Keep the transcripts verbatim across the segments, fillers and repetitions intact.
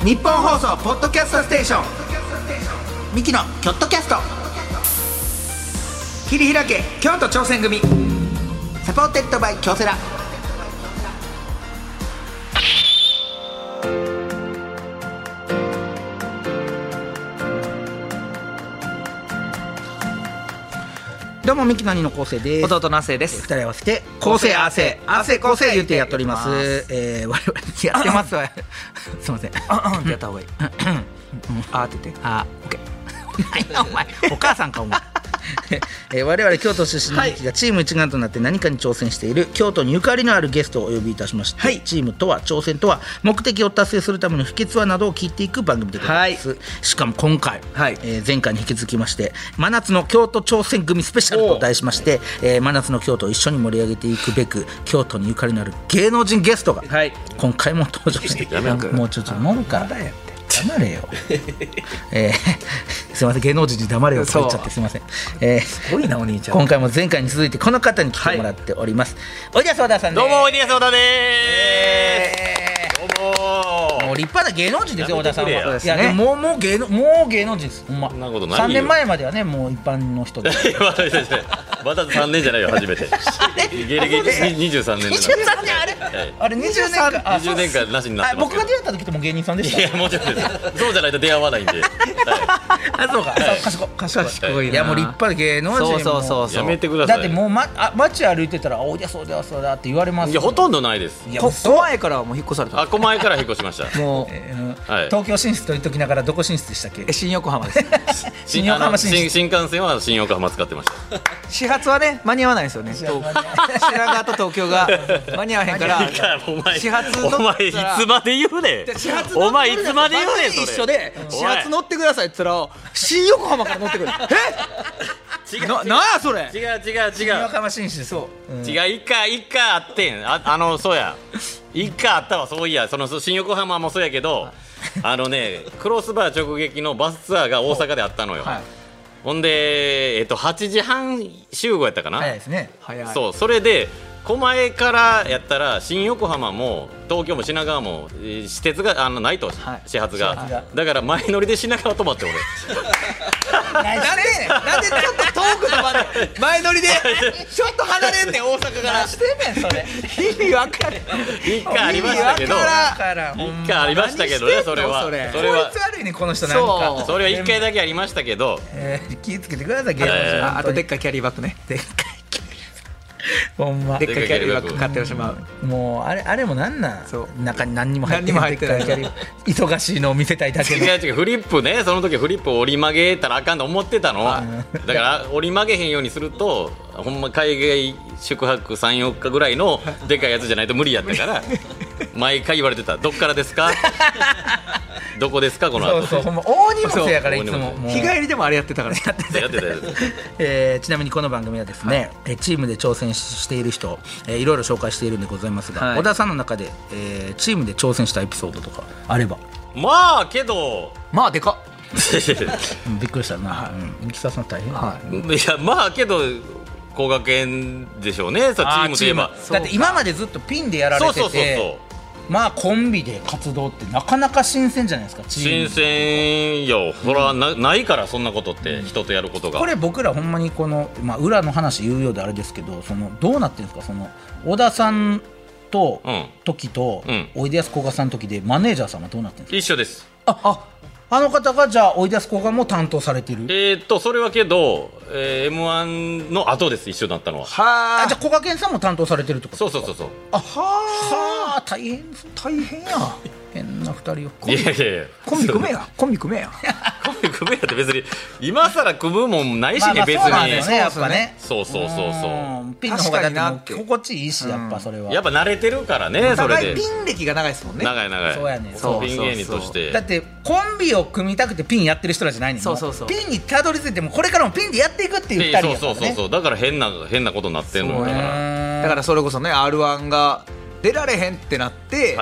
日本放送ポッドキャストステーションミキのキョットキャスト。切り開け京都挑戦組サポーテッドバイ京セラ。どうもミキの兄の昴生です。 弟の亜生です。 二人合わせて昴生亜生亜生昴生言ってやっております。えー、我々やってますわすいませんあってやった方がいいあーって言ってあーオッケーお前お母さんかお前えー、我々京都出身のミキがチーム一丸となって何かに挑戦している京都にゆかりのあるゲストをお呼びいたしまして、はい、チームとは挑戦とは目的を達成するための秘訣はなどを聞いていく番組でございます、はい、しかも今回、はいえー、前回に引き続きまして真夏の京都挑戦組スペシャルと題しまして、えー、真夏の京都を一緒に盛り上げていくべく京都にゆかりのある芸能人ゲストが、はい、今回も登場してもうちょっと乗るから黙れよえー、すいません芸能人に黙れよと言っちゃってすいません、えー、すごいなお兄ちゃん。今回も前回に続いてこの方に来てもらっております、はい、おいでやす小田さんです。 どうもおいでやす小田でーす、えー、どうももう立派な芸能人ですよ小田さんは。いやでももうもう芸能もう芸能人ですほんま。そんなことないよ。さんねんまえまではねもう一般の人でまださんねんじゃないよ初めて芸歴にじゅうさんねんにじゅうさんねんあれ、はい、あれにじゅうねんかんにじゅうねんかんなしになってますけど。僕が出会った時ってもう芸人さんでした。 いやもちろんですそうじゃないと出会わないんで、はい、 あそうか、はい、賢い賢い。いやもう立派な芸能人。 そうそうそうそうやめてください。 だってもう、ま、あ街歩いてたらおいでそうだそうだって言われます。 いやほとんどないです。 いや狛江からはもう引っ越された。 あ狛江から引っ越しましたもう、えーはい、東京進出と言っときながらどこ進出でしたっけ。 新横浜です新横浜進出。 新幹線は新横浜使ってました始発はね間に合わないですよね品川と東京が間に合わへんから始発乗ったらお前いつまで言うねんお前いつまで言うねんそれ一緒で始発乗ってくださいって言ったら新横浜から乗ってくるえ違うな、なんやそれ。 違う違う違う新横浜進出。そう、 うん、違う一回一回あってん あ, あのそうや一回あったわ。そういやその新横浜もそうやけどあのねクロスバー直撃のバスツアーが大阪であったのよ、はい、ほんで、えっと、はちじはん集合やったかな。 早いですね。 早い。そうそれで狛江からやったら新横浜も東京も品川も私鉄があのないと、はい、始発が、はい、だから前乗りで品川止まって俺なんでなんでちょっと遠くの場で前乗りでちょっと離れんねん大阪からしてんねんそれ意味わかる。 一回ありましたけど一回ありましたけどねそれはそれはこいつ悪いねこの人なんか。 それは一回だけありましたけど、 えー、気をつけてください芸能人、 えー、あとでっかいキャリーバッグね。 でっかいほんまでっかいキャリーバッグ買ってしまう。 もうあれあれもなんなんそう中に何にも入ってないでっかいキャリー忙しいのを見せたいだけの。 違う違うフリップねその時フリップを折り曲げたらあかんと思ってたのだから折り曲げへんようにするとほんま海外宿泊さんよっかぐらいのでかいやつじゃないと無理やったから毎回言われてた。どっからですかどこですかこの後。 そうそうほんま大荷物やからいつももう日帰りでもあれやってたからやってたやってたえー、ちなみにこの番組はですね、はい、チームで挑戦している人、えー、いろいろ紹介しているんでございますが、はい、小田さんの中で、えー、チームで挑戦したエピソードとかあれば。 まあけどまあでかっびっくりしたな、はい、ミキサーさん大変、はい、 いやまあけど工学園でしょうねさチームといえば。 だって今までずっとピンでやられててそうそうそうそうまあコンビで活動ってなかなか新鮮じゃないですか。チーム新鮮よそら な,、うん、ないからそんなことって人とやることが。 これ僕らほんまにこの、まあ、裏の話言うようであれですけどそのどうなってるんですかその小田さんと、うん、時と、うん、おいでやすこがさんの時でマネージャーさんはどうなってるんですか。 一緒です。 あああの方がじゃあおいでやすこがも担当されてる。 えー、っとそれはけど、えー、エムワン の後です一緒だったのは。 はあじゃあこがけんさんも担当されてるってことですか。 そうそうそうそう。 あはあ大変大変や変なふたりをコンビいやいやいやコンビ組めやコンビ組めやコンビ組めやって別に今更組むもんないしね、まあ、まあ別にそうなんですねやっぱね。 そうそうそうそうピンの方がだって心地いいしやっぱそれはやっぱ慣れてるからねそれで。 ピン歴が長いですもんね。 長い長い。 そうやねそうピン芸人としてだってコンビを組みたくてピンやってる人らじゃないねん。 そうそうそうピンにたどり着いてもこれからもピンでやっていくっていうふたりやからね。 そうそうそうそうだから変な変なことになってんのだからだからそれこそね アールワン が出られへんってなって、はい、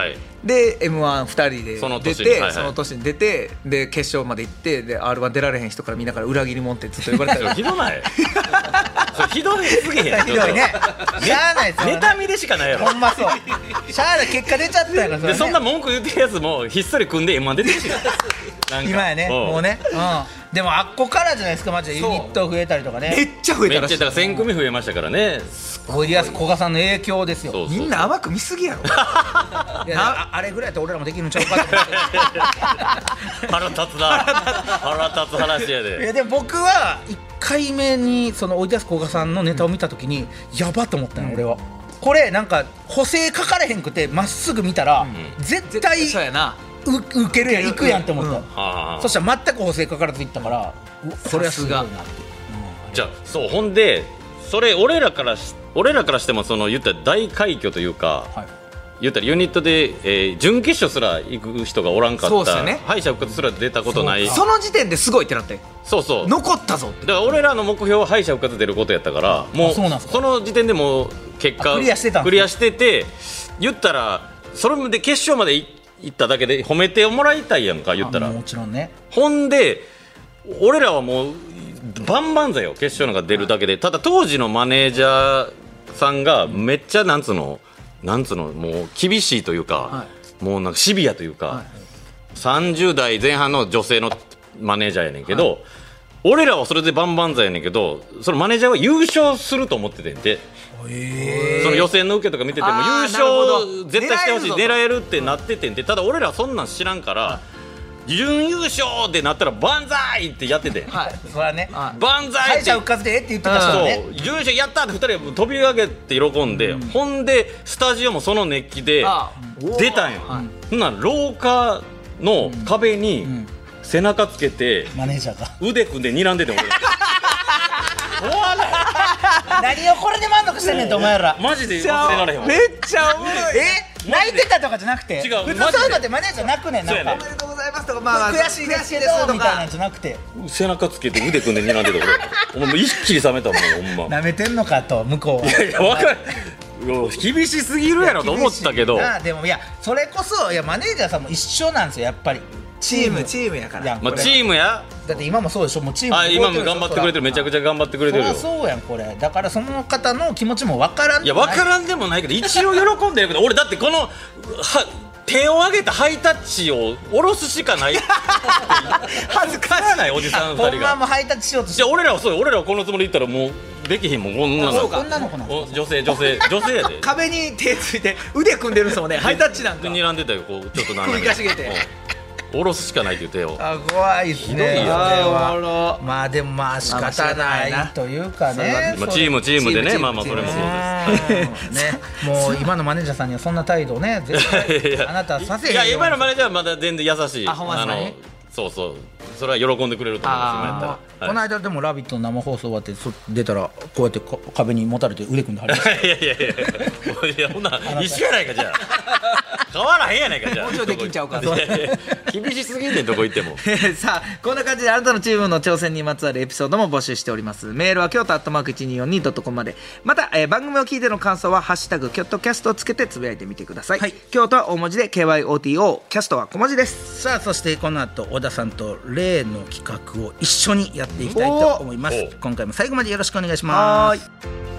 で エムワンふたりでその出て年にはいはいその年に出てで決勝まで行ってで アールワン 出られへん人からみんなから裏切り者ってずっと言われてたひどないそれひどいすぎへんひどいねしゃあないですよ妬みでしかないやろほんまそうしゃあない結果出ちゃったやろそれねでそんな文句言ってるやつもひっそり組んで エムワン 出てるしななんか今やねんもうねうんでもあっこからじゃないですかマジでユニット増えたりとかめねっちゃ増えめっちゃだからたらしいせん組増えましたからねおいでやすこがさんの影響ですよそうそうみんな甘く見すぎやろいやああれぐらいやって俺らもできるんちゃうかと思って腹立つな腹立つ話やいでやでも僕はいっかいめにそのおいでやすこがさんのネタを見たときに、やばと思ったの、俺はこれなんか補正書かれへんくてまっすぐ見たら、絶対そうやなう受けるやん行くやんって思った、 うんはあそしたら全く補正書かれずいったからうわこれはすごいなってじゃあそうほんでそれ俺らからし俺らからしてもその言ったら大快挙というか、 はい言ったらユニットで、えー準決勝すら行く人がおらんかった、 そうっすよね敗者復活すら出たことないその時点ですごいってなってそうそう残ったぞってだから俺らの目標は敗者復活出ることやったからもうそうなんすかその時点でもう結果あクリアしてたんすねクリアしてて言ったらそれで決勝までい行っただけで褒めてもらいたいやんか言ったらあもちろんねほんで俺らはもう万々歳よ決勝なんか出るだけでただ当時のマネージャーさんがめっちゃなんつうのなんつうのもう厳しいというか、 はもうなんかシビアというか、 はいさんじゅう代前半の女性のマネージャーやねんけど、俺らはそれで万々歳やねんけどそのマネージャーは優勝すると思っててんてその予選の受けとか見てても優あーなる勝ほど絶対してほしい狙えるぞと狙えるってなっててんてただ俺らはそんなん知らんから準優勝ってなったら万歳ってやっててはいそれはねはい万歳って敗者復活でって言ってた人はねそう優勝やったってふたりが飛び上げて喜んで、ほんでスタジオもその熱気であ出たんよ、 はいほんなら廊下の壁に背中つけてマネージャーが腕組んで睨んでて俺終わら何をこれで満足してんねんってお前らマジで忘れられへんわめっちゃおもろいえ泣いてたとかじゃなくて違う普通マジでそういうのってマネージャー泣くねんなんかそうやねおめでとうございますとかまあまあ悔しいですけどみたいなんじゃなくて背中つけて腕組んで睨んでて俺お前もう一気に冷めたもんほんまなめてんのかと向こうはいやいや分かるうわ厳しすぎるやろと思ったけど厳しいなでもいやそれこそいやマネージャーさんも一緒なんですよやっぱりチームチームやからいやまあチームやだって今もそうでしょもうチームあ今も頑張ってくれてるめちゃくちゃ頑張ってくれてるよそりゃそうやんこれだからその方の気持ちも分からんいや分からんでもないけど一応喜んでるけど俺だってこのは手を挙げたハイタッチを下ろすしかない恥ずかしないおじさんふたほんまりがもうハイタッチしようとしじゃあ俺らはそうよ俺らはこのつもりで言ったらもうできひんもんこんなのあそうか女の子なんですお女性女性女性やで壁に手ついて腕組んでるんですもんねハイタッチなんかで睨んでたよこうちょっとなん首かしげてうん下ろすしかないって言ってよあ怖いっすねひどいよそれあーおもはまあでもまあ仕方ないというかねまあチームチームでねチームまあまあそれもそううんねもう今のマネージャーさんにはそんな態度ね絶です対あなたはさせへんいやよ今のマネージャーはまだ全然優しいあほんまですかのそうそうそれは喜んでくれると思います今やったらこの間でも「ラビット!」の生放送終わってそ出たらこうやってか壁にもたれて腕組んではりましたいやいやいやいやほんな一緒やないかじゃあ変わらへんやないかじゃあもうちょいできんちゃうかいやいや厳しすぎんねんどこ行ってもさあこんな感じであなたのチームの挑戦にまつわるエピソードも募集しておりますメールは京都アットマーク いちにーよんにードットコム までまた、えー番組を聞いての感想は「ハッシュタグキョットキャスト」をつけてつぶやいてみてください、 はい京都は大文字で ケーワイオーティーオー キャストは小文字ですさあそしてこの後小田さんと例の企画を一緒にやっていきたいと思いますお今回も最後までよろしくお願いしますは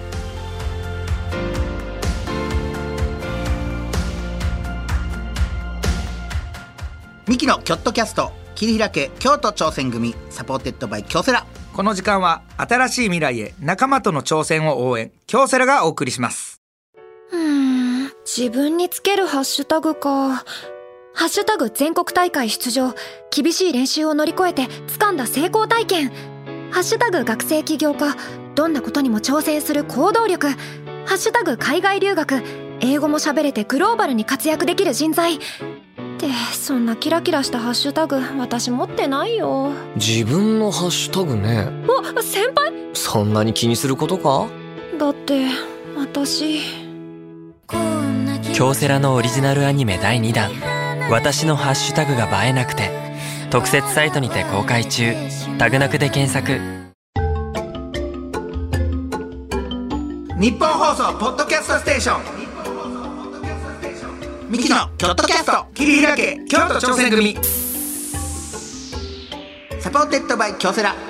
ミキのキョットキャスト切り開け京都挑戦組サポーテッドバイ京セラこの時間は新しい未来へ仲間との挑戦を応援京セラがお送りしますうーん、自分につけるハッシュタグか。ハッシュタグ全国大会出場。厳しい練習を乗り越えて掴んだ成功体験。ハッシュタグ学生起業家。どんなことにも挑戦する行動力。ハッシュタグ海外留学。英語も喋れてグローバルに活躍できる人材。ってそんなキラキラしたハッシュタグ私持ってないよ。 自分のハッシュタグね。 お、先輩？ そんなに気にすることか？ だって私京セラのオリジナルアニメだいにだん「私のハッシュタグが映えなくて」特設サイトにて公開中。タグなくで検索。 日本放送ポッドキャストステーションミキのキョットキャスト切り開け京都挑戦組。 サポーテッドバイ京セラ。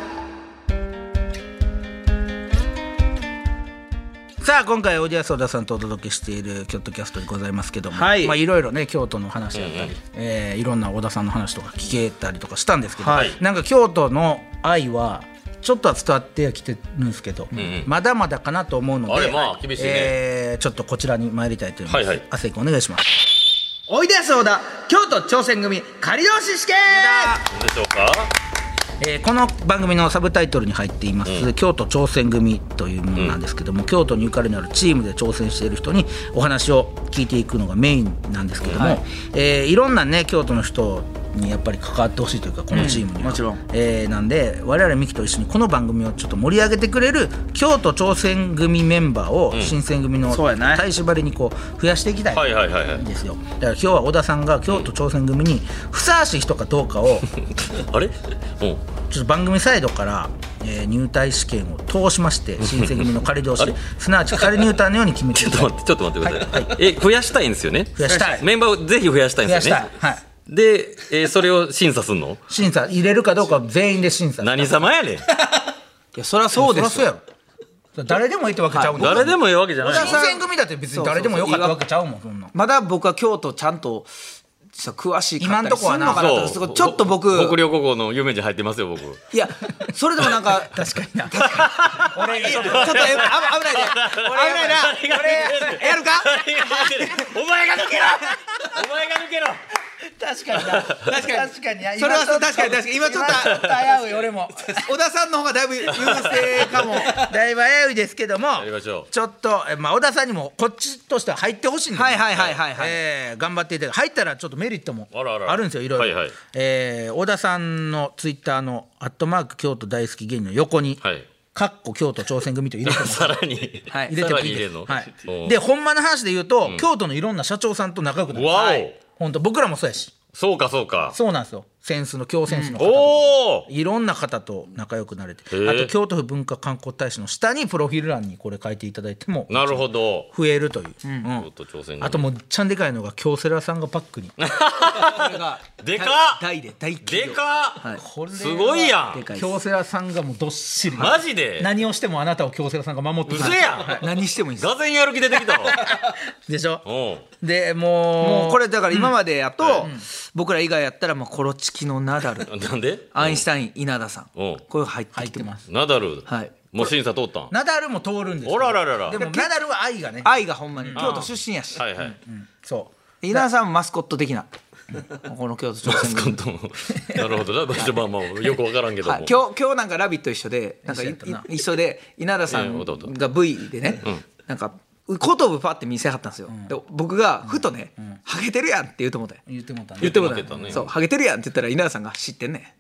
さあ今回おじやす小田さんとお届けしているキョットキャストでございますけども、 はい、 まあいろいろね京都の話だったり、うんうんえー、いろんな小田さんの話とか聞けたりとかしたんですけど、はい、なんか京都の愛はちょっとは伝わってきてるんですけど、うんうん、まだまだかなと思うので、 あれまあ厳しいね、 えー、ちょっとこちらに参りたいと思います。はいはい、亜生君お願いします。 おいでやす小田京都挑戦組仮同士試験どうでしょうか。 えー、この番組のサブタイトルに入っています、うん、京都挑戦組というものなんですけども、うん、京都にゆかりのあるチームで挑戦している人にお話を聞いていくのがメインなんですけども、はいえー、いろんなね京都の人にやっぱり関わってほしいというかこのチームには、うん、もちろん、えー、なんで我々ミキと一緒にこの番組をちょっと盛り上げてくれる京都挑戦組メンバーを新選組の体縛りにこう増やしていきたいんですよ。だから今日は小田さんが京都挑戦組にふさわしい人かどうかをあれちょっと番組サイドから、えー、入隊試験を通しまして新選組の仮同士すなわち仮入隊のように決めていきたい。 ちょっと待ってちょっと待ってください、はいはい、え増やしたいんですよね。 増やしたいメンバーをぜひ増やしたいんですよね。増やしたい、はい、で、えー、それを審査すんの？ 審査入れるかどうか全員で審査。 何様やねんいやそりゃそうですよ。 誰でもいいってわけちゃうもん、はい、 誰でもいいわけじゃない。 新選組だって別に誰でもよかったわけちゃうもん。そんなまだ僕は京都ちゃんと詳しい今んとこはなそうちょっと僕北陵高校の有名人入ってますよ僕。 いやそれでもなんか確かにな俺ちょっと危ないで危ないな俺やるかお前が抜けろお前が抜けろ確かにな確かに確かにそれはそう確かに確かに今ちょっと危うい俺も小田さんの方がだいぶ優勢かもだいぶ危ういですけどもちょっと、まあ、小田さんにもこっちとしては入ってほしいんで、 はいはいはいはいはい、 えー、頑張っていただいて入ったらちょっとメリットもあるんですよいろいろ、はいはいえー、小田さんのツイッターのアットマーク京都大好き芸人の横に、はいかっこ京都挑戦組と入れてもさらに、 はい、入れてもいいです、はい、でほんまの話で言うと、うん、京都のいろんな社長さんと仲良くなる、はい、本当僕らもそうやしそうかそうかそうなんですよ。センスの京センスの方とか、うん、いろんな方と仲良くなれてあと京都府文化観光大使の下にプロフィール欄にこれ書いていただいてもなるほど増えるという、うんうん、あともうちゃんでかいのが京セラさんがパックにでかっ大で大でかっ、はい、 これすごいやん京セラさんがもうどっしりマジで何をしてもあなたを京セラさんが守ってくれる。 うそやん、 はい、何してもいいんですがぜんやる気出てきたわでしょでもうもうこれだから今までやと、うん、僕ら以外やったらもうコロチキのナダルなんでアインシュタイン稲田さんこれ入ってきてます。 ナダル、はい、もう審査通ったん。 ナダルも通るんですよ。 おららららでもナダルは愛がね愛がほんまに、うん、京都出身やし、 はいはい、うん、 そう稲田さんもマスコット的なこの京都挑戦組なるほどなまあまあよく分からんけども、はい、 今日今日なんかラビット一緒でなんか一緒で稲田さんが V でね、うん、なんかコトブパって見せはったんですよ、うん、で僕がふとね、うん、ハゲてるやんって言うと思った言ってもったね言ってもったねそうハゲてるやんって言ったら稲田さんが知ってんね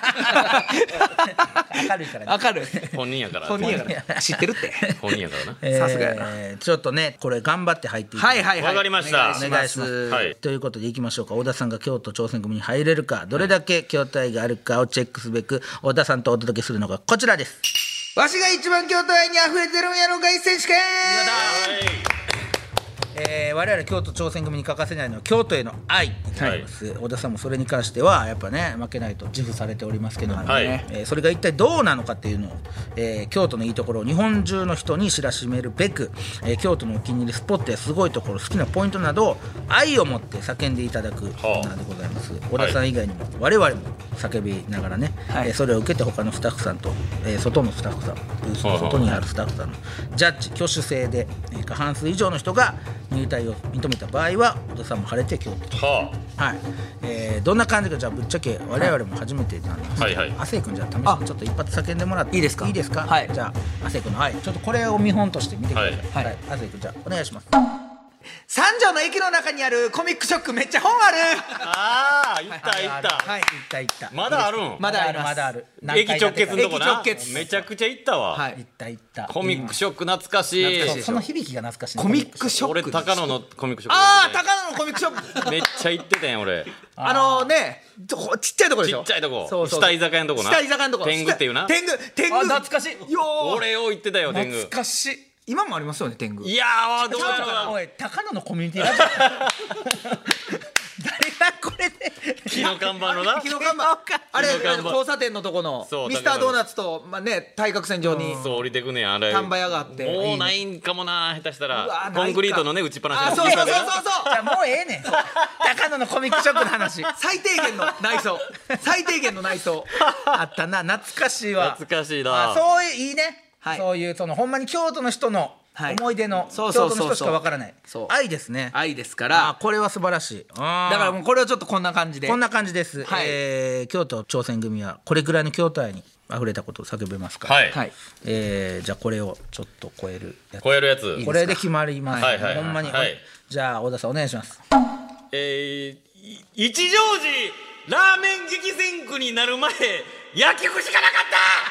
明るいからね明るい本人やから本人やから知ってるって本人やからな、 えー、さすがやなちょっとねこれ頑張って入っていただいてはいはいはいわかりましたお願いします、はい、ということでいきましょうか。小田さんが京都挑戦組に入れるかどれだけ京都愛があるかをチェックすべく小田さんとお届けするのがこちらです。 わしが一番京都愛に溢れてるんやろがい選手権。 えー、我々京都挑戦組に欠かせないのは京都への愛になります、はい、小田さんもそれに関してはやっぱね負けないと自負されておりますけどもね、はいえー、それが一体どうなのかっていうのを、えー、京都のいいところを日本中の人に知らしめるべく、えー、京都のお気に入りスポットやすごいところ好きなポイントなどを愛を持って叫んでいただくコーナーでございます、はあ、小田さん以外にも我々も叫びながらね、はいえー、それを受けて他のスタッフさんと、えー、外のスタッフさんブースの外にあるスタッフさんのジャッジ挙手制で、えー、過半数以上の人が入隊を認めた場合は小田さんも晴れて京都、はあはいえー、どんな感じかじゃあぶっちゃけ我々も初めてなんですけど、はいはい、亜生君じゃあ試しにちょっと一発叫んでもらっていいですか。いいですか、はい、じゃあ亜生君の愛ちょっとこれを見本として見てください。はいはい、亜生君じゃあお願いします。 三条の駅の中にあるコミックショックめっちゃ本ある。 ああ、行った行った。 はい、行った行った。 まだあるん。 まだあるまだある。 駅直結のとこな。 駅直結。 めちゃくちゃ行ったわ。 はい、行った行った。 コミックショック懐かしい。 その響きが懐かしい。 コミックショック。 俺高野のコミックショック。 ああ、高野のコミックショック。 めっちゃ行ってたん俺。 あのね、ちっちゃいとこでしょ。 ちっちゃいとこ。下居酒屋のとこな。 下居酒屋のとこ。 天狗っていうな。 天狗天狗。 懐かしい。 俺を行ってたよ天狗。 懐かしい。 今もありますよね天狗。 いやーどうやろうな。 おい高野のコミュニティラジオ誰がこれで木の看板のな。 木の看板あれ木の看板交差点のとこのそうミスタードーナツとまあね対角線上にそう降りてくねんあれ。 丹波屋があってもうないんかもな下手したうわら。 ないかコンクリートのね打ちっぱなしのあそうそうそうそう床でなそうじゃあもうええねん高野のコミックショップの話最低限の内装最低限の内装あったな懐かしいわ懐かしいな。 あそういういいね、 はいそういうそのほんまに京都の人のはい思い出の、 そうそうそうそう京都の人しかわからないそう愛ですね。 愛ですかあらこれは素晴らしい。あーだからもうこれをちょっとこんな感じでこんな感じです、 はいえー京都挑戦組はこれぐらいの京都愛に溢れたことを叫べますか。 はい、 はいえーじゃあこれをちょっと超えるやつ超えるやつ。 これで決まります、 はいはいはいほんまに、 はいじゃあ小田さんお願いします。 えー、い一乗寺ラーメン激戦区になる前焼き串しかなか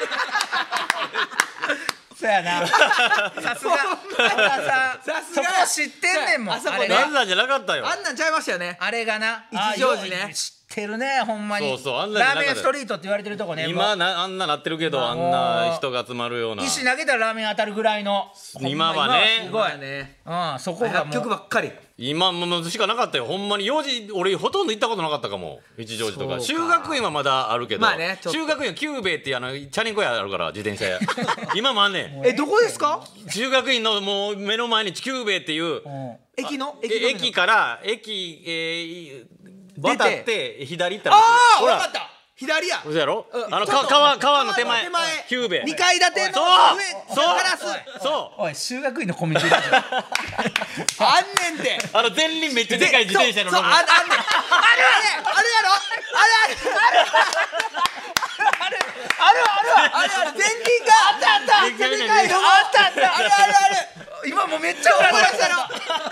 ったそうやなさすが小田さんさすがそこ知ってんねんもんあそこねあれがなんなんじゃなかったよ。 あんなんちゃいましたよねあれがな一乗寺ねあよ知ってるねほんまに。 そうそうあんなんじゃなかったラーメンストリートって言われてるとこね今なあんななってるけどあんな人が集まるような。 石投げたらラーメン当たるぐらいの今はねほんま今はすごいねうんそこが薬もう局ばっかり今もしかなかったよほんまによじ俺ほとんど行ったことなかったかも一乗寺とか。 そうか修学院はまだあるけど、 まあねちょっと修学院はキューベイっていうあのチャリンコ屋あるから自転車屋今もあんねん。 えどこですか修学院のもう目の前にキューベイっていううん駅のえの駅から駅、えー、渡って左行ったらああほら分かった左やそうやろうんあのちょっとか川川の手前手前キューベイにかい建てのそう上そうガラスそうおい修学院のコミュニティラジオあんねんてあの前輪めっちゃでかい自転車のロゴそうそうあんあんねんあるあるあるやろあるあるあるあるあるあるあるある前輪があったあっためっちゃでかいロゴあったあったあるあるある今もうめっちゃ笑ってたの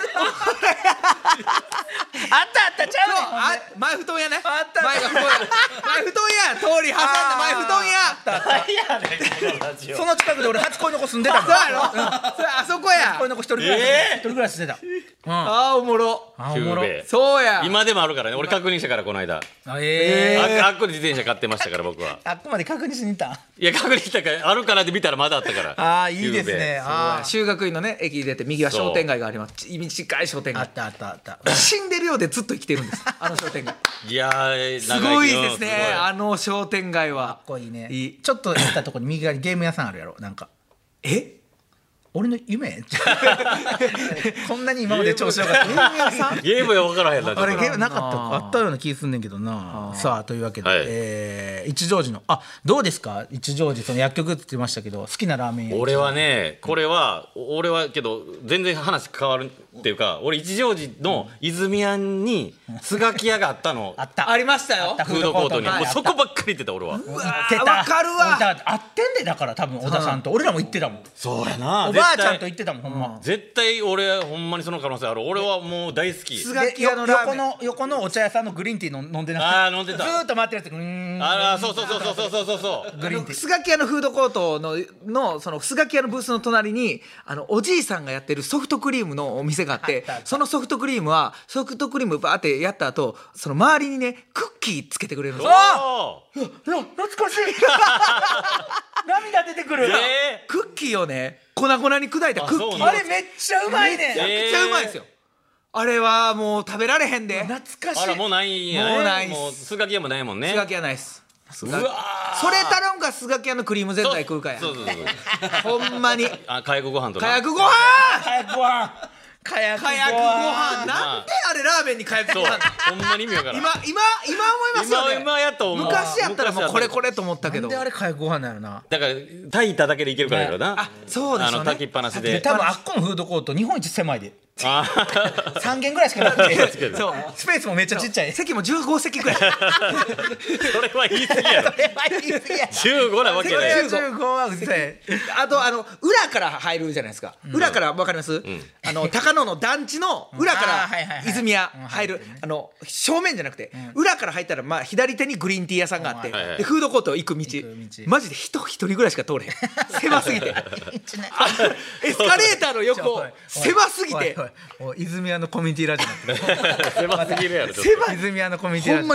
あったあったちゃうねんあ前布団やねあった前が布団や前布団や通り挟んだ前布団やその近くで俺初恋の子住んでたもんそうやろそれあそこや初恋の子一人暮らし、 えー一人暮らししてたうんあーおもろあおもろキューベイそうや今でもあるからね俺確認したからこの間あええああっこで自転車買ってましたから僕はあっこまで確認しに行ったいや確認したからあるかなって見たらまだあったからああいいですキューベイねあ修学院のね駅出て右は商店街があります短い商店街ああったあったあった死んでるようでずっと生きてるんですあの商店街いやーすごいですうんねごいあの商店街はかっこいいねいいちょっと行ったとこに右側にゲーム屋さんあるやろなんかえ俺の夢こんなに今まで調子よかったゲーム屋さんゲームは分からへんなあれゲームななかったあったような気すんねんけどなさあというわけで、 はいえー一乗寺のあどうですか一乗寺その薬局って言ってましたけど好きなラーメン屋俺はねこれは俺はけど全然話変わるっていうか俺一乗寺の泉屋にスガキ屋があったのあったありましたよあったフードコートにはいもうそこばっかり行ってた俺はうわ出たわかるわだから合ってんでだから多分小田さんと俺らも行ってたもんそうやなおばあちゃん絶対と行ってたもんほんま絶対俺ほんまにその可能性ある俺はもう大好きすができ屋のラーメン横の横のお茶屋さんのグリーンティーの飲んでなあー飲んでたずーっと待ってるやつうーんああそうそうそうそうそうそうそうそうグリーンティースガキ屋のフードコートののそのスガキ屋のブースの隣にあのおじいさんがやってるソフトクリームのお店があってあったあったそのソフトクリームはソフトクリームバーってやった後その周りにねクッキーつけてくれるんですよあいや懐かしい涙出てくる、 えクッキーをね粉々に砕いたクッキーをあそうなんあれめっちゃうまいねんめちゃくちゃうまいですよあれはもう食べられへんで懐かしいあらもうないんやねもうないっすもうスガキ屋もないもんねスガキ屋ないっすうわーそれ頼んかスガキ屋のクリーム絶対食うかやそうそうそうそうほんまにあ火薬ご飯とな火薬ご飯火薬ご飯火薬ご飯火薬ご飯なんであれラーメンに火薬そうご飯ほんまに意味わからん今今今思いますよね今今やと思う昔やったらもうこれこれれと思ったけどなんであれ火薬ご飯なのなだから炊いただけでいけるからやろなあそうでしょうねあの炊きっぱなしでで多分あっこのフードコート日本一狭いであさん軒ぐらいしかなくてそうスペースもめっちゃちっちゃい席もじゅうご席くらいそれは言い過ぎやろそれは言い過ぎやじゅうごなわけないそれはじゅうごはうっせえあとあの裏から入るじゃないですか裏からわかりますあの高野の団地の裏かあーらはいはいはい泉屋入るあの正面じゃなくて裏から入ったらまあ左手にグリーンティー屋さんがあってはいはいでフードコート行く道く道マジで人一人ぐらいしか通れへん狭すぎてエスカレーターの横おいおい狭すぎておいおいおい泉屋のコミュニティラジオになってる狭すぎるやろちょっと狭い泉屋のコミュニティラジオほんまに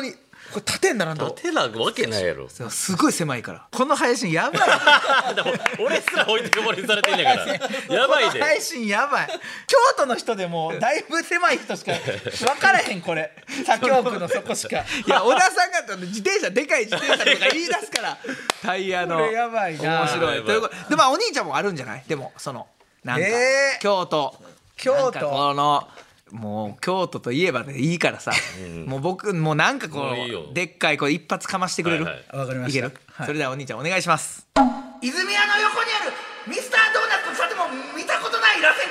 これ縦にならんと縦なわけないやろ。 すごい狭いからこの配信やばいでも俺すら置いてけぼりにされてんねんからやばいで。 この配信やばい。京都の人でもだいぶ狭い人しか分からへんこれ左京区のそこしか。 いや小田さんが自転車でかい自転車とか言い出すからタイヤのこれやばいな。 面白いということで、まあお兄ちゃんもあるんじゃない？でもそのなんか、 えー京都京都なんかこのもう京都といえばでいいからさ、もう僕もうなんかこもういいようでっかいこう一発かましてくれる？ はいはいわかりましたいける？ はいそれではお兄ちゃんお願いします。 泉屋の横にあるミスタードーナツさでも見たことない螺旋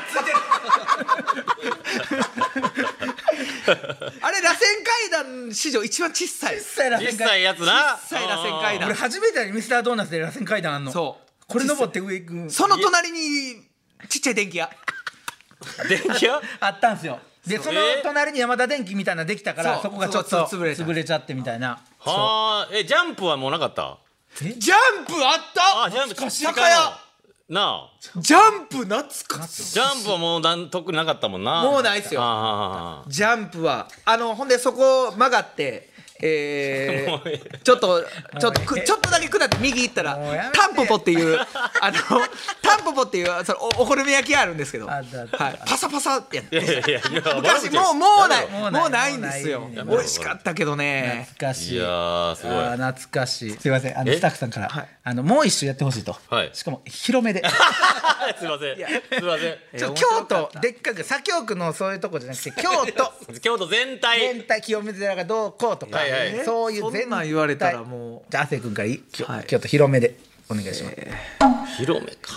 階段ついてる。 あれ螺旋階段史上一番小さい小さい螺旋実階際やつな。 小さい螺旋階段俺初めてやねミスタードーナツで螺旋階段あんの。 そうこれ登って上行くその隣にちっちゃい電気屋電気屋あったんすよ。でそのえー隣に山田電機みたいなのできたからそうそこがちょっとそう潰れちゃう潰れちゃってみたいな。 はあ。えジャンプはもうなかった？ ジャンプあったあジャンプ酒屋なあジャンプ懐かしいジャンプはもうなん特になかったもんな。 もうないっすよあジャンプはあのほんでそこ曲がってえもうえー、ちょっとちょっとくちょっとだけ下って右行ったらもうやめてタンポポっていうあのタンポポっていうそのおお好み焼き屋あるんですけど、はい、 あったあったパサパサってやっいやいやいやいや昔もうもうないもうないもうないんですよもうない美味しかったけどね懐かしい。 いやーすごい。 あー懐かしい。すいませんあのえスタッフさんから、 はいあのもう一周やってほしいと、 はいしかも広めですいません。すいません。 ちょ面京白かった都でっかく左京区のそういうとこじゃなくて京都京都全体。 全体清水寺がどうこうとか、 はいはいそういう全体そんなん言われたらもうじゃあ亜生君からいい、きょはい京都広めでお願いします、 広めか。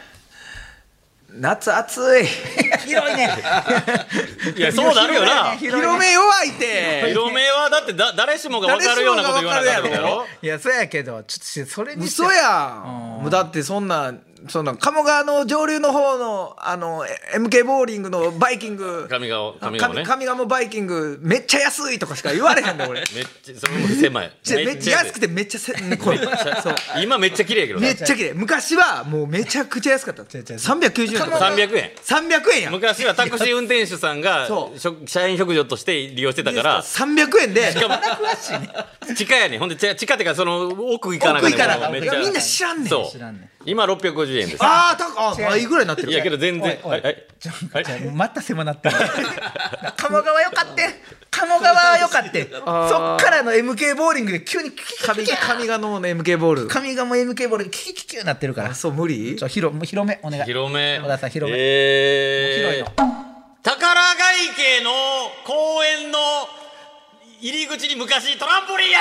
夏暑い広いねいやそうなるよな。 広いね広め弱いて広めはだってだ誰しもが分かるようなこと言わなかったってことやろ。 いやそうやけどちょっとそれにして嘘やんもうだってそんなそんな鴨川の上流の方のあの エムケー ボーリングのバイキング上川上川ね。 上鴨バイキングめっちゃ安いとかしか言われへんで俺めっちゃそれも狭い。 めっちゃ安くてめっちゃせこれそう今めっちゃ綺麗やけどなめっ。ちゃ綺麗昔はもうめちゃくちゃ安かった違う違うさんびゃくきゅうじゅうえんとか三百円。 さんびゃくえんや昔はタクシー運転手さんがそう食社員食事として利用してたからさんびゃくえんでしかも地下やねん。ほんで地地下っていうかその奥行かな奥行かなもうめっちゃみんな知らんねんそう知らんねん今ろっぴゃくごじゅうえんです。 ああ高あ倍ぐらいになってるいやけど全然おいおはいいはいちょはいじゃあまた狭なってる鴨川よかって鴨川よかってそっからの エムケー ボーリングで急にキキキキ上上賀の エムケー ボール上がも エムケー ボールキキキキなってるからあそう無理ちょ広もう広めお願い広め小田さん広め、 えー広いの宝ヶ池の公園の入り口に昔トランポリンや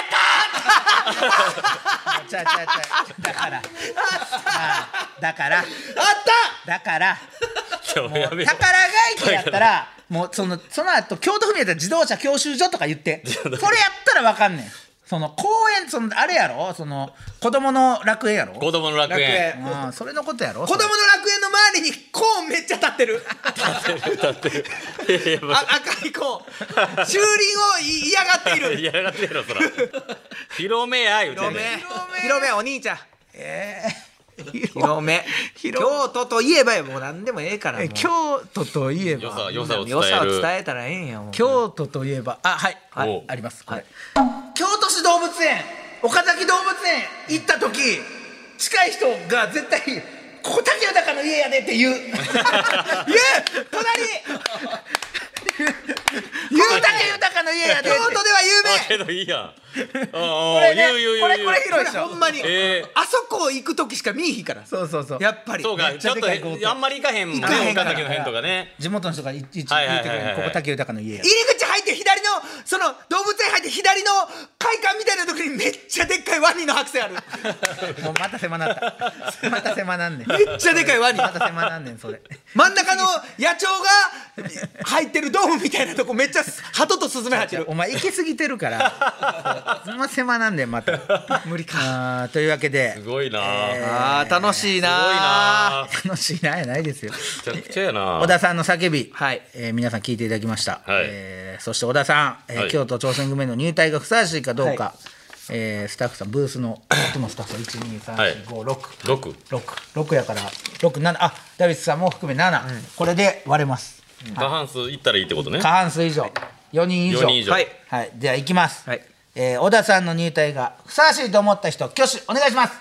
ったちゃうちゃうちゃうだからああだからあっただから今日やめよ宝ヶ池やったらもうそのその後京都府民やったら自動車教習所とか言ってそれやったらわかんねんその公園そのあれやろその子供の楽園やろ子供の楽園楽うんそれのことやろ子供の楽園の周りにコーンめっちゃ立ってる立ってる立ってるあ赤いコーン駐輪を嫌がっている嫌がってるやろそら広めや言うてん広めねん広めお兄ちゃんえ広め京都といえばよもう何でもええからもうえ京都といえ良ばさ良さを伝良さをえる伝えたらええんやもう京都といえばあはい、 はいはい、ありますこれ、京都市動物園岡崎動物園行った時近い人が絶対ここ竹豊の家やでって言う言う隣言う竹豊の家やで京都では有名あけどいいやんあこあれね言う言う言うこれ言うこれ広いでしょほんまに、 えーあそこ行く時しか見えひんからそうそうそうやっぱりそうかめっちゃちょっとでかい豪邸あんまり行かへんもんね行かへんから岡崎の辺とかね地元の人がいちいちはい言ってくはいはいはいれるここ竹豊の家や入り口入って左のその動物園入って左の会館みたいな時にめっちゃでっかいワニの剥製あるもうまた狭なったまた狭なんねんめっちゃでかいワニまた狭なんねんそれ真ん中の野鳥が入ってるドームみたいなとこめっちゃ鳩とスズメ入ってるお前行き過ぎてるからそんな狭なんでまた無理かあーというわけですごいなあー楽しいなすごいな楽しいなやないですよめちゃくちゃやな小田さんの叫び、 はいえー皆さん聞いていただきました、 はいえーそして小田さん、えーはい京都挑戦組の入隊がふさわしいかどうか、 はえースタッフさんブースのトップのスタッフさんいちにさんよんごろく六ろくろくやからろくななあダビスさんも含めなな、これで割れます過半数いったらいいってことね過半数以上よにん以上よにん以上はいはい、では行きます、 はいえー、小田さんの入隊がふさわしいと思った人挙手お願いします。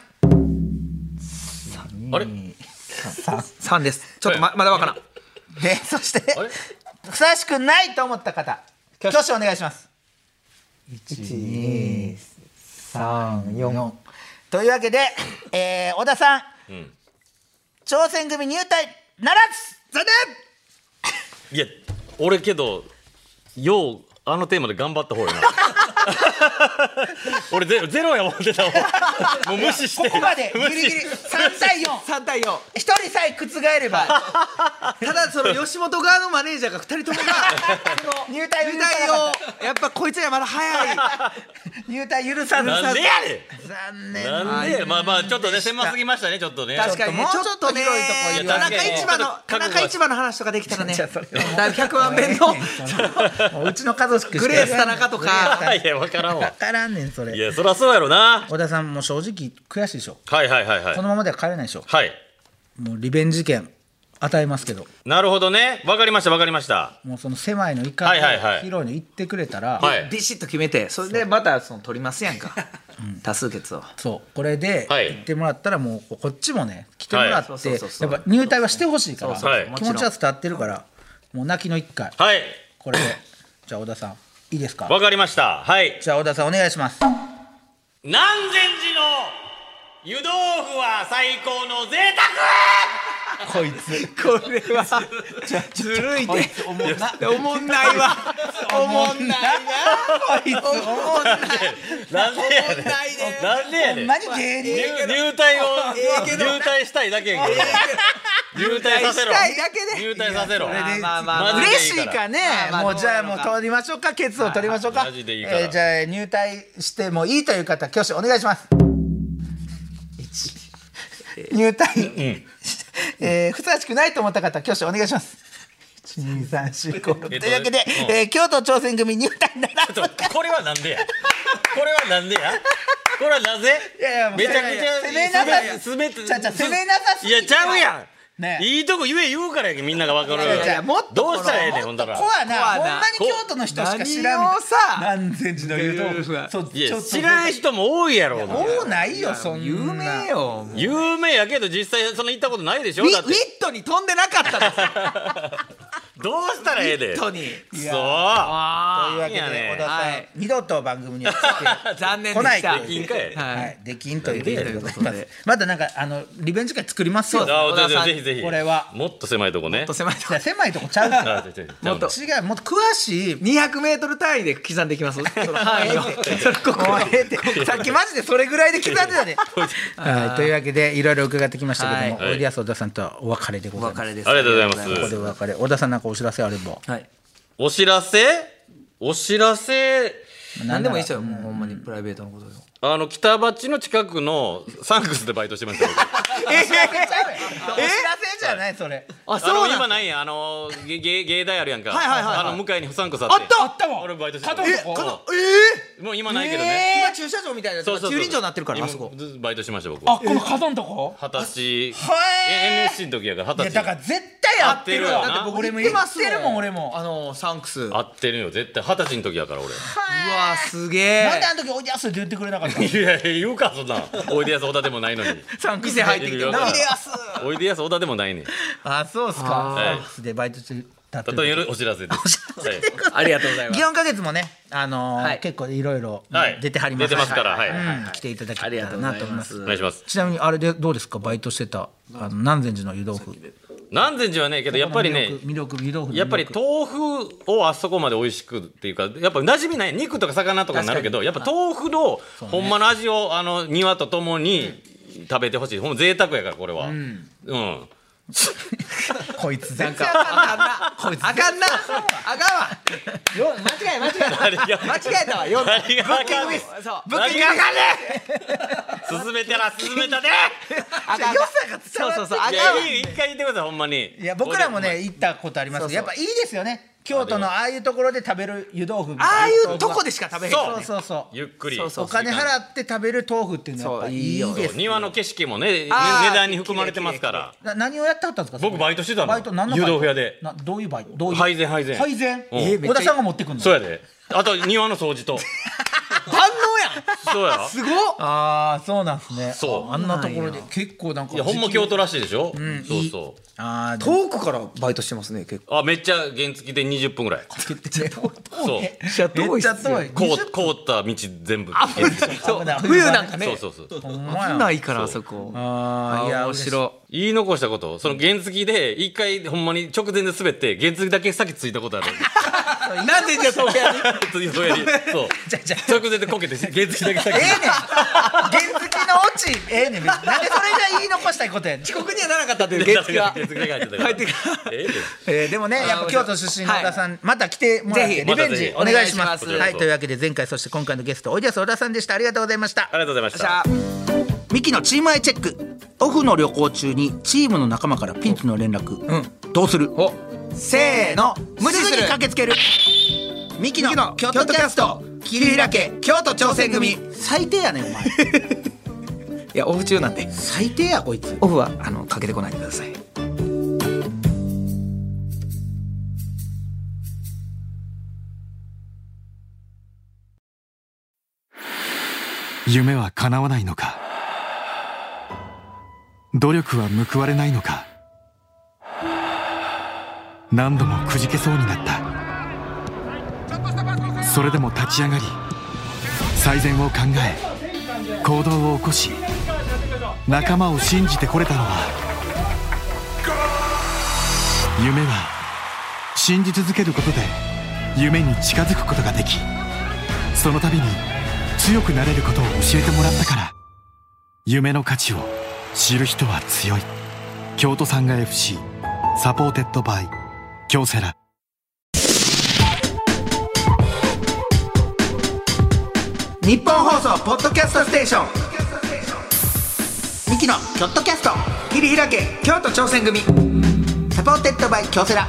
あれさんです。ちょっと ま, まだわからん。 でそしてあれふさわしくないと思った方挙手お願いします。いちにさんよんというわけで、えー、小田さん、うん、挑戦組入隊ならず残念。 いや俺けどようあのテーマで頑張った方やな俺ゼロ、ゼロや思ってたもんもう無視してここまでギリギリさんたいよんさんたいよんひとりさえ覆ればただその吉本側のマネージャーがふたりともがその入隊入隊をやっぱこいつらまだ早い入隊許さずなんでやねん残念なんでまあまあちょっとね狭すぎましたねちょっとね確かにねちょっとね田中市場の田中市場の話とかできたらねだいぶひゃくまんべんのうちの家族グレース田中とかいや分からんわ分からんねんそれ。 いやそりゃそうやろな。 小田さんも正直悔しいでしょ。 はいはいはいはいこのままでは帰れないでしょ。 はいもうリベンジ権与えますけど。 なるほどね分かりました分かりました。 もうその狭いの一回はいはいはい広いの言ってくれたら、 はいビシッと決めてそれでまたその取りますやんか多数決をそうこれではい言ってもらったらもうこっちもね来てもらってそうそうそうそうやっぱ入隊はしてほしいからそうそうそう気持ちは伝わってるからもう泣きの一回はいこれでじゃあ小田さんいいですか。 分かりましたはいじゃあ小田さんお願いします。 南禅寺の湯豆腐は最高の贅こいつこれはずるいておもんなおもんないわおもんないなこいつおもんない沢なんでやねんなんでやねんほんまに芸人入入隊を入隊したいだけやんけど入隊させろしたいだけで入隊させろまあまあまあマジで嬉しいかねまあまあもうじゃあもう取りましょうかケツを取りましょうかマジでいいからえーじゃあ入隊してもいいという方挙手お願いします。入隊、えーふさわしくないと思った方挙手お願いします。いちにさんよんごろくというわけで、 うんえー京都挑戦組入隊ならず。 ちょっとこれはなんでやこれはなんでやこれはなぜいやいやもうめちゃくちゃ攻めなさすすべてちゃちゃ攻めなさすぎいやちゃうやんねいいとこ言え言うからやけんみんなが分かるいやいやもっとどうしたらええねんほんだらコアなコアなほんまに京都の人しか知らん何をさ何千字の湯豆腐そういやちょっと知らん人も多いやろもうないよそんな有名よウィ有名やけど実際その行ったことないでしょウィだってットに飛んでなかったですどうしたらええでウィットにそうというあわけでいやね小田さん、 はい二度と番組には来て残念でした来ないとできんかいははいい、できんということでございできんということま。 ですまたなんかあのリベンジ会作りますよ。 そうあ小田さんぜひぜひこれはもっと狭いとこねと狭いとこいや狭いとこちゃうから。 あぜひぜひもっと違うもっと詳しい。 にひゃくメートル単位で刻んでいきますその範囲をそれここもうええってさっきマジでそれぐらいで刻んでたね。はい、というわけでいろいろ伺ってきましたけども、 はいおいでやす小田さんとはお別れでございます。 お別れですありがとうございますここでお別れ。小田さんなんかお知らせあれば。 はいお知らせお知らせ何でもいいですよもうほんまにプライベートのことよあの北町の近くのサンクスでバイトしてました僕ええお知らせじゃないそれ。 ああの今ないんやあの芸芸芸大あるやんかはいはいはいはいあの向かいにサンクスあってあったあったわ俺バイトしてたえ角えもう今ないけどえね今駐車場みたいなやつが駐輪場になってるからあそこ今ずっとバイトしてました僕あこの角のとこ。 二十歳はえエヌエスシー の時やから二いや十歳だから絶対合ってるわ。 合ってるよなだって僕俺も言ってるもん俺も。 あのサンクスう合わってるよ絶対二十歳の時やから俺すげえなんであの時おいでやすって言ってくれなかったの。 いやいや言うかそんなんおいでやす小田でもないのに店入ってきていやおいでやすおいでやす小田でもないねんあそうっすか。 はいサンクスでバイトしてたってというお知らせですはいありがとうございます祇園花月もね、あのーはい結構いろいろはい出てはります出てますからはいうん来ていただけたらなと思います。 お願いしますちなみにあれでどうですかバイトしてたあの南禅寺の湯豆腐。 南禅寺はねけどやっぱりね魅力魅力湯豆腐の魅力。 やっぱり豆腐をあそこまで美味しくっていうかやっぱ馴染みない肉とか魚とかになるけどやっぱ豆腐のほんまの味をあの庭とともに食べてほしいほんま贅沢やからこれはうんこいつ全然あかんなこいつあかんなあかんわよ間違え間違え何が間違えたわよ何があかんねんそうブッキングあかんねん進めたら進めたであかん良さが伝わってそうそうそうあいかんわやいい一回言ってくださいほんまにいや僕らもね行ったことありますけどやっぱいいですよね京都のああいうところで食べる湯豆腐みたいなああいうとこでしか食べへんからそうねそうそうゆっくりそうそうお金払って食べる豆腐っていうのはやっぱいいそういいです庭の景色もねね値あー段に含まれてますからな何をやってはったんですかそこ僕バイトしてたのバイト何のバイト湯豆腐屋でなどういうバイトどういう配膳配膳配膳うんえ小田さんが持ってくんのそうやであと庭の掃除とそうやすごっ。 ああそうなんですね。 そうあんなところで結構なんかいやほんま京都らしいでしょ、 んそうそう。 ああ遠くからバイトしてますね結構。 あめっちゃ原付でにじゅっぷんぐらい。そうめっちゃ遠いっすよ。 こう凍った道全部原付。 そう冬なんかね。 そうそうそう。 ほんまや危ないからあそこ。 ああいや面白い。 言い残したこと、その原付で一回ほんまに直前で滑って原付だけ先ついたことある。 なんでじゃあそうやる。 そうやりそうじゃじゃ直前でこけて原付だけ先ええねん原付のオチええねん別になんでそれが言い残したいことやねん。 遅刻にはならなかったっていう原付が原付だけ入ってたから入ってからええでえーでもねやっぱ京都出身の小田さん、また来てもらってぜひリベンジお願いします。 お願いしますはいというわけで前回そして今回のゲストおいでやす小田さんでした。ありがとうございました。 ありがとうございましじゃた。 あミキのチームアイチェック。オフの旅行中にチームの仲間からピンチの連絡、 うんどうする？ おせーの無視する。 すぐに駆けつけるミキの京都キャスト切り開け京都挑戦組。最低やねんお前いやオフ中なんで最低やこいつ。 オフはあのかけてこないでください。 夢は叶わないのか、努力は報われないのか、何度もくじけそうになった。それでも立ち上がり最善を考え行動を起こし仲間を信じてこれたのは、夢は信じ続けることで夢に近づくことができ、その度に強くなれることを教えてもらったから。夢の価値を知る人は強い。京都サンガ エフシー サポーテッドバイ京セラ。 日本放送ポッドキャストステーションミキのキョットキャスト切り開け京都挑戦組。 サポーテッドバイ京セラ。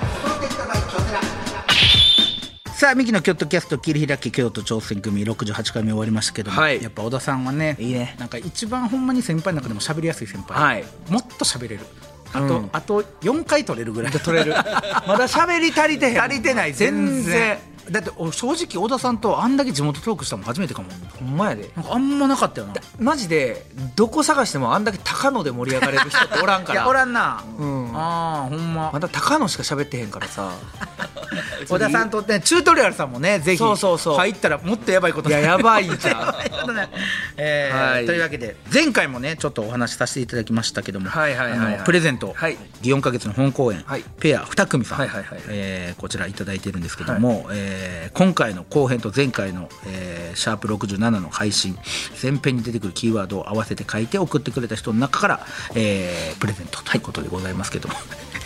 さあミキの京都キャスト切り開き京都挑戦組ろくじゅうはちかいめ終わりましたけども、 はいやっぱ小田さんはねいいねなんか一番ほんまに先輩の中でも喋りやすい先輩、 はいもっと喋れるあと、 うんあとよんかい取れるぐらい取れるまだ喋り足りてへん。 足りてない全然全然だって俺正直小田さんとあんだけ地元トークしたのも初めてかも。 ほんまやで。 なんかあんまなかったよな。 マジでどこ探してもあんだけ高野で盛り上がれる人っておらんからいやおらんな、 うんああほんままだ高野しか喋ってへんからさ小田さんとってチュートリアルさんもねぜひそうそうそう入ったらもっとやばいこといややばいんちゃうやばいことねえーはいというわけで前回もねちょっとお話しさせていただきましたけども、 はいはいはいはいあのプレゼント、 はい祇園花月の本公演、 はいペアに組さん、 はいはいはいえーこちらいただいてるんですけども、えー今回の後編と前回の、えーシャープろくじゅうななの配信前編に出てくるキーワードを合わせて書いて送ってくれた人の中から、えープレゼントということでございますけども、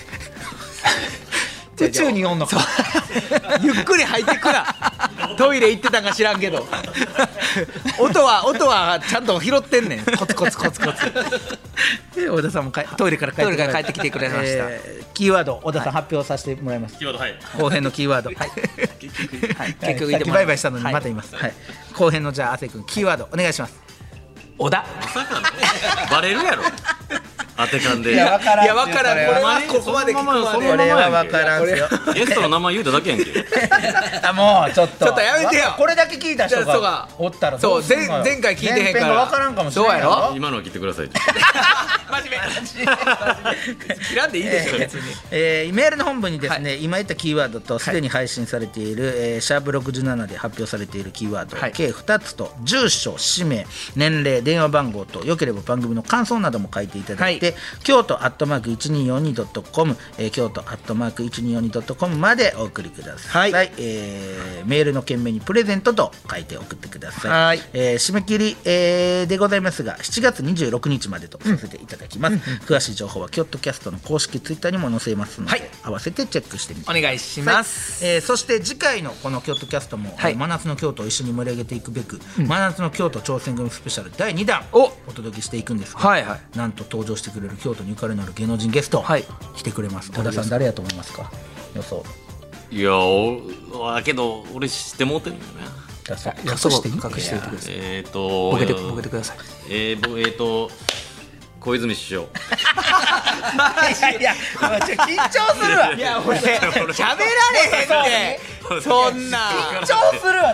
宇宙におんのかゆっくり入ってくなトイレ行ってたんか知らんけど音は音はちゃんと拾ってんねんコツコツコツコツで小田さんもかトイレから帰ってトイレから帰ってきてくれましたえーキーワード小田さん発表させてもらいます。 キーワードはい後編のキーワード、はいはい結局さっきバイバイしたのにまた言います、はい後編のじゃあ亜生君キーワードお願いします。 小田まさかのバレるやろ当て勘でいや分からんいや分からんこれはここまで聞くまでそのこれはままやんけ分からんすよゲストの名前言うただけやんけあもうちょっとちょっとやめてよこれだけ聞いた人そうががおったらそうどすんのよ前前回聞いてへんから前編が分からんかもしれないそうやろ今のは切ってください真面目切らんでいいでしょ別にえーメールの本文にですね、今言ったキーワードとすでに配信されている、えーシャープろくじゅうななで発表されているキーワード、 はい計ふたつと住所氏名年齢電話番号とよければ番組の感想なども書いていただいて、 はい京都アットマーク いちにーよんにドットコム、えー、京都アットマーク いちにーよんにドットコムまでお送りください、 はいえーメールの件名にプレゼントと書いて送ってください、 はいえー締め切り、えーでございますがしちがつにじゅうろくにちまでとさせていただきます、詳しい情報は京都キャストの公式ツイッターにも載せますので、 はい合わせてチェックしてみてください。 お願いしますえーそして次回のこの京都キャストも、 はい真夏の京都を一緒に盛り上げていくべく、真夏の京都挑戦組スペシャルだいにだんおお届けしていくんですが、 はいはいなんと登場してくれる京都にゆかりのある芸能人ゲスト、 はい来てくれます。小田さん誰やと思いますか？予想。 いやおだけど俺知ってもうてるんだよね予想してみて隠しておいてくださいえっ、ー、とボケてボケてくださいえー、ぼえー、と小泉首相いやいや緊張するわ。 いや俺喋られへんってそんな緊張するわ。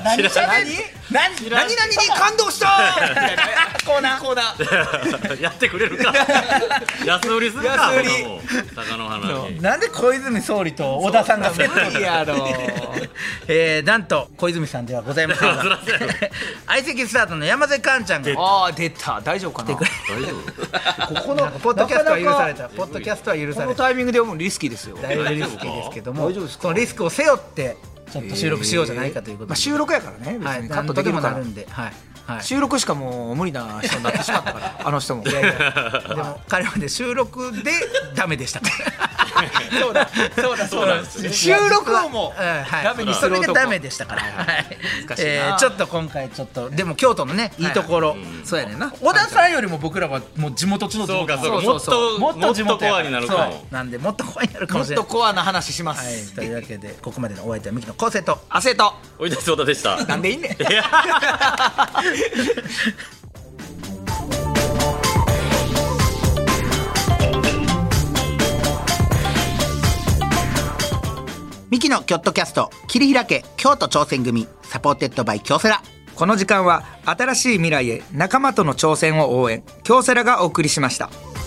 何知ら何何知らん何々に感動したコーナーコーナーやってくれるか安売りするか安売りほなもう鷹の花になんで小泉総理と小田さんがセット無理やろえー、なんと小泉さんではございませんが相席スタートの山瀬寛ちゃんがあー出た大丈夫かな大丈夫ここのポッドキャストは許されなかなかたポッドキャストは許こされたのタイミングで読むリスキーですよだいぶリスキーですけども大丈夫ですかそのリスクを背負ってちょっと収録しようじゃないかということで、 まあ、収録やからね別はいにカットできるから何とでもなるんではいはい収録しかもう無理な人になってしまったからあの人もいやいやでも彼はね収録でダメでしたからそうだそうだそうだ収録をもうんはいダメにすそれる男がダメでしたからはい難しいなえーちょっと今回ちょっとでも京都のねいいところそうやねんな小田さんよりも僕らはもう地元地のそうかそうかそうそうもっともっとコアになるかもそうなんでもっと怖いになるかもっもしれないとコアな話しまはいすというわけでここまでのお相手はミキの昴生と汗とおいでそうだでしたなんでいいねんいやミキのキョットキャスト切り開け京都挑戦組サポーテッドバイ京セラこの時間は新しい未来へ仲間との挑戦を応援京セラがお送りしました。